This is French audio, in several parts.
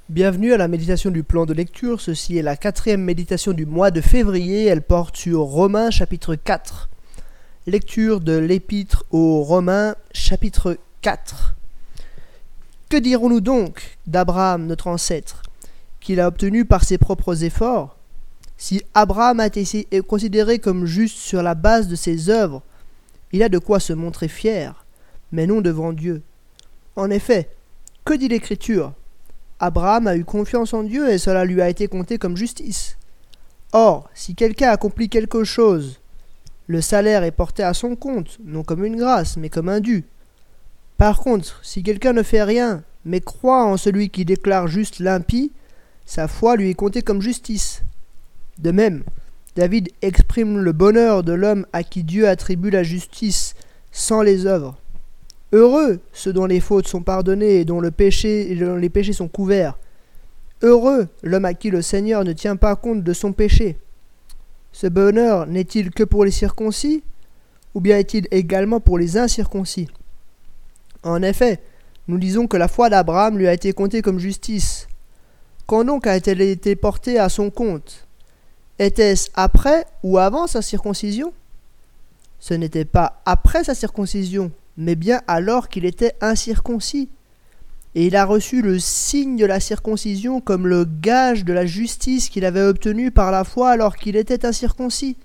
Bienvenue à la méditation du plan de lecture. Ceci est la 4e méditation du mois de février. Elle porte sur Romains chapitre 4. Lecture de l'épître aux Romains chapitre 4. Que dirons-nous donc d'Abraham, notre ancêtre, qu'il a obtenu par ses propres efforts? Si Abraham a été considéré comme juste sur la base de ses œuvres, il a de quoi se montrer fier, mais non devant Dieu. En effet, que dit l'Écriture ? Abraham a eu confiance en Dieu et cela lui a été compté comme justice. Or, si quelqu'un accomplit quelque chose, le salaire est porté à son compte, non comme une grâce, mais comme un dû. Par contre, si quelqu'un ne fait rien, mais croit en celui qui déclare juste l'impie, sa foi lui est comptée comme justice. De même, David exprime le bonheur de l'homme à qui Dieu attribue la justice sans les œuvres. Heureux ceux dont les fautes sont pardonnées et dont les péchés sont couverts. Heureux l'homme à qui le Seigneur ne tient pas compte de son péché. Ce bonheur n'est-il que pour les circoncis, ou bien est-il également pour les incirconcis? En effet, nous disons que la foi d'Abraham lui a été comptée comme justice. Quand donc a-t-elle été portée à son compte? Était-ce après ou avant sa circoncision? Ce n'était pas après sa circoncision, mais bien alors qu'il était incirconcis. Et il a reçu le signe de la circoncision comme le gage de la justice qu'il avait obtenue par la foi alors qu'il était incirconcis.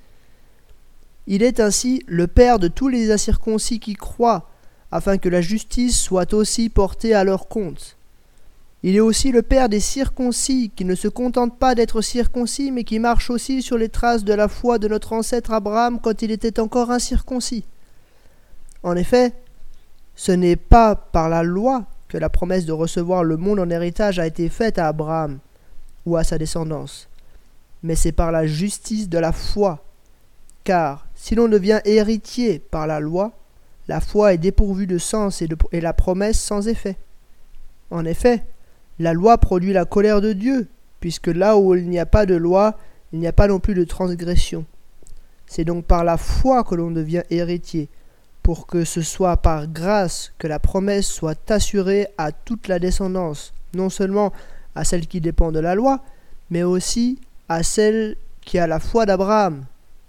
Il est ainsi le père de tous les incirconcis qui croient, afin que la justice soit aussi portée à leur compte. Il est aussi le père des circoncis qui ne se contentent pas d'être circoncis, mais qui marchent aussi sur les traces de la foi de notre ancêtre Abraham quand il était encore incirconcis. En effet, ce n'est pas par la loi que la promesse de recevoir le monde en héritage a été faite à Abraham ou à sa descendance, mais c'est par la justice de la foi. Car si l'on devient héritier par la loi, la foi est dépourvue de sens et la promesse sans effet. En effet, la loi produit la colère de Dieu, puisque là où il n'y a pas de loi, il n'y a pas non plus de transgression. C'est donc par la foi que l'on devient héritier, pour que ce soit par grâce que la promesse soit assurée à toute la descendance, non seulement à celle qui dépend de la loi, mais aussi à celle qui a la foi d'Abraham.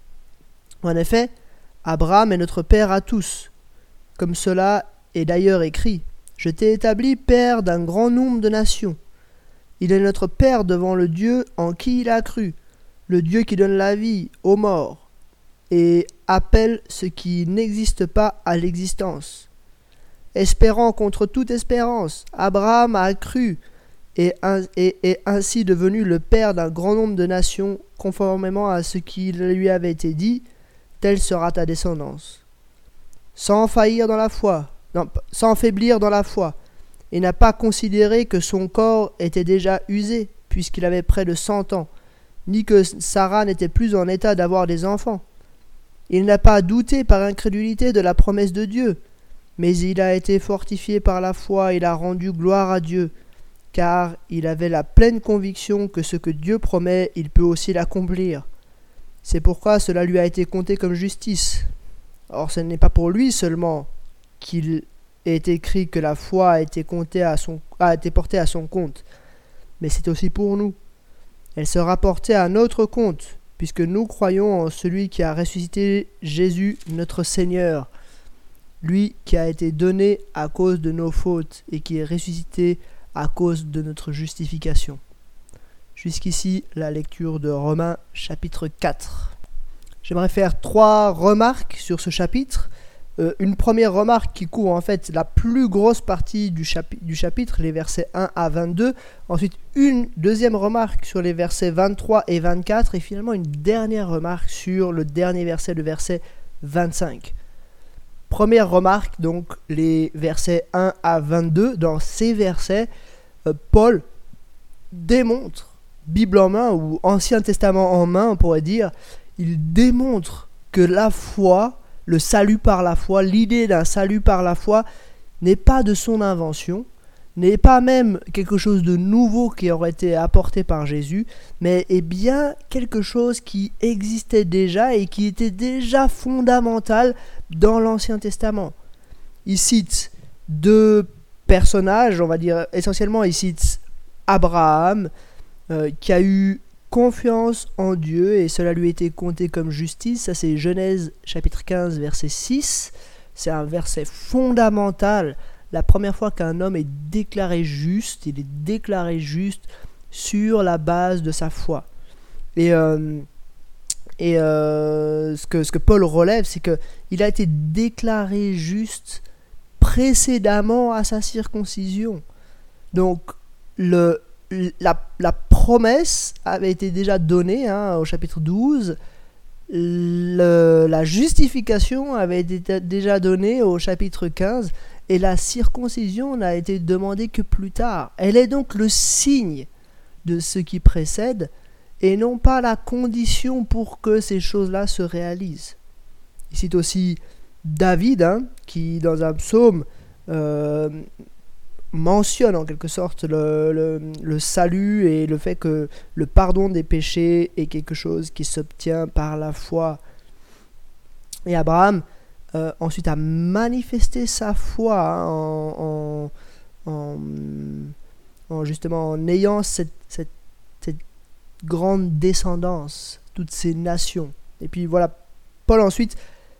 En effet, Abraham est notre père à tous, comme cela est d'ailleurs écrit. Je t'ai établi père d'un grand nombre de nations. Il est notre père devant le Dieu en qui il a cru, le Dieu qui donne la vie aux morts, et appelle ce qui n'existe pas à l'existence. Espérant contre toute espérance, Abraham a cru et est ainsi devenu le père d'un grand nombre de nations, conformément à ce qui lui avait été dit, telle sera ta descendance. Sans faillir dans la foi, sans faiblir dans la foi, et n'a pas considéré que son corps était déjà usé, puisqu'il avait près de 100 ans, ni que Sarah n'était plus en état d'avoir des enfants. Il n'a pas douté par incrédulité de la promesse de Dieu, mais il a été fortifié par la foi et il a rendu gloire à Dieu, car il avait la pleine conviction que ce que Dieu promet, il peut aussi l'accomplir. C'est pourquoi cela lui a été compté comme justice. Or, ce n'est pas pour lui seulement qu'il est écrit que la foi a été portée à son compte, mais c'est aussi pour nous. Elle sera portée à notre compte, puisque nous croyons en celui qui a ressuscité Jésus, notre Seigneur, lui qui a été donné à cause de nos fautes et qui est ressuscité à cause de notre justification. Jusqu'ici, la lecture de Romains chapitre 4. J'aimerais faire 3 remarques sur ce chapitre. Une première remarque qui couvre en fait la plus grosse partie du chapitre, les versets 1 à 22. Ensuite, une deuxième remarque sur les versets 23 et 24. Et finalement, une dernière remarque sur le dernier verset, le verset 25. Première remarque, donc les versets 1 à 22. Dans ces versets, Paul démontre, Bible en main ou Ancien Testament en main, on pourrait dire, il démontre que la foi, le salut par la foi, l'idée d'un salut par la foi n'est pas de son invention, n'est pas même quelque chose de nouveau qui aurait été apporté par Jésus, mais est bien quelque chose qui existait déjà et qui était déjà fondamental dans l'Ancien Testament. Il cite 2 personnages, on va dire essentiellement, il cite Abraham, qui a eu confiance en Dieu et cela lui a été compté comme justice. Ça, c'est Genèse chapitre 15, verset 6. C'est un verset fondamental. La première fois qu'un homme est déclaré juste, il est déclaré juste sur la base de sa foi. Et ce que Paul relève, c'est qu'il a été déclaré juste précédemment à sa circoncision. Donc, la promesse avait été déjà donnée au chapitre 12. La justification avait été déjà donnée au chapitre 15. Et la circoncision n'a été demandée que plus tard. Elle est donc le signe de ce qui précède et non pas la condition pour que ces choses-là se réalisent. Il cite aussi David, qui dans un psaume mentionne en quelque sorte le salut et le fait que le pardon des péchés est quelque chose qui s'obtient par la foi. Et Abraham ensuite a manifesté sa foi justement en ayant cette grande descendance, toutes ces nations. Et puis voilà, Paul ensuite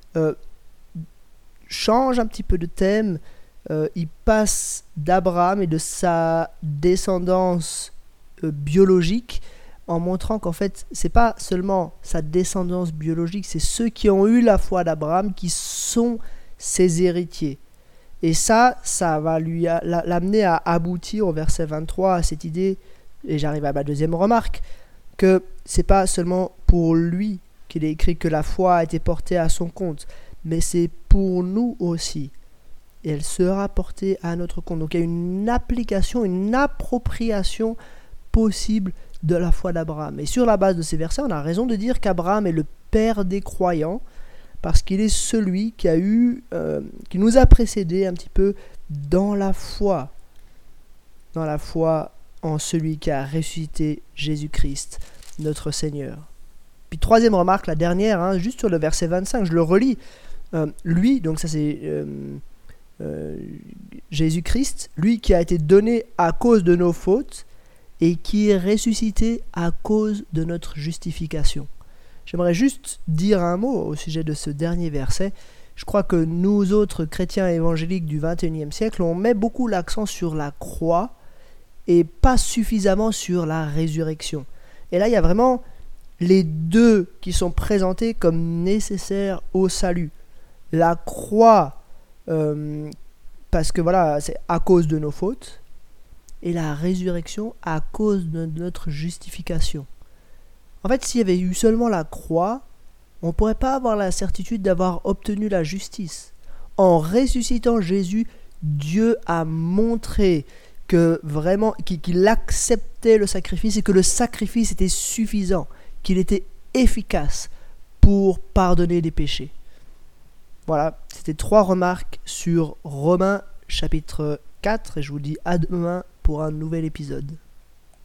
change un petit peu de thème. Il passe d'Abraham et de sa descendance biologique en montrant qu'en fait, c'est pas seulement sa descendance biologique, c'est ceux qui ont eu la foi d'Abraham qui sont ses héritiers. Et ça va lui l'amener à aboutir au verset 23 à cette idée, et j'arrive à ma deuxième remarque, que c'est pas seulement pour lui qu'il est écrit que la foi a été portée à son compte, mais c'est pour nous aussi. Et elle sera portée à notre compte. Donc il y a une application, une appropriation possible de la foi d'Abraham. Et sur la base de ces versets, on a raison de dire qu'Abraham est le père des croyants, parce qu'il est celui qui nous a précédés un petit peu dans la foi en celui qui a ressuscité Jésus-Christ, notre Seigneur. Puis troisième remarque, la dernière, juste sur le verset 25, je le relis. Lui, donc ça c'est Jésus-Christ, lui qui a été donné à cause de nos fautes et qui est ressuscité à cause de notre justification. J'aimerais juste dire un mot au sujet de ce dernier verset. Je crois que nous autres chrétiens évangéliques du XXIe siècle, on met beaucoup l'accent sur la croix et pas suffisamment sur la résurrection. Et là, il y a vraiment les deux qui sont présentés comme nécessaires au salut. La croix, parce que voilà, c'est à cause de nos fautes, et la résurrection à cause de notre justification. En fait, s'il y avait eu seulement la croix, on ne pourrait pas avoir la certitude d'avoir obtenu la justice. En ressuscitant Jésus, Dieu a montré que vraiment, qu'il acceptait le sacrifice et que le sacrifice était suffisant, qu'il était efficace pour pardonner les péchés. Voilà, c'était 3 remarques sur Romains chapitre 4 et je vous dis à demain pour un nouvel épisode.